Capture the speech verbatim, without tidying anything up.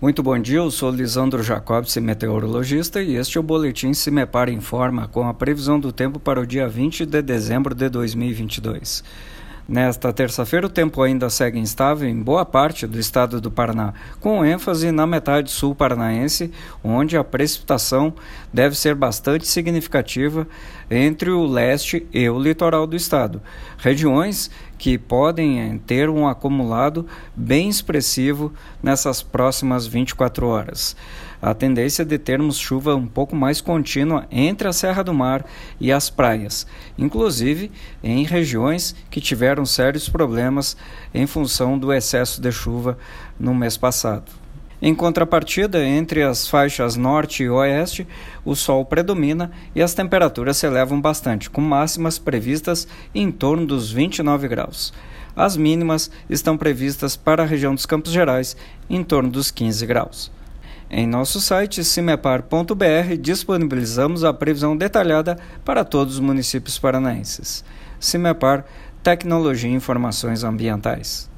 Muito bom dia, eu sou Lisandro Jacobs, meteorologista, e este é o Boletim Cimepar Informa com a previsão do tempo para o dia vinte de dezembro de dois mil e vinte e dois. Nesta terça-feira, o tempo ainda segue instável em boa parte do estado do Paraná, com ênfase na metade sul paranaense, onde a precipitação deve ser bastante significativa entre o leste e o litoral do estado, regiões que podem ter um acumulado bem expressivo nessas próximas vinte e quatro horas. A tendência é de termos chuva um pouco mais contínua entre a Serra do Mar e as praias, inclusive em regiões que tiveram sérios problemas em função do excesso de chuva no mês passado. Em contrapartida, entre as faixas norte e oeste, o sol predomina e as temperaturas se elevam bastante, com máximas previstas em torno dos vinte e nove graus. As mínimas estão previstas para a região dos Campos Gerais, em torno dos quinze graus. Em nosso site cimepar ponto b r disponibilizamos a previsão detalhada para todos os municípios paranaenses. Cimepar, Tecnologia e Informações Ambientais.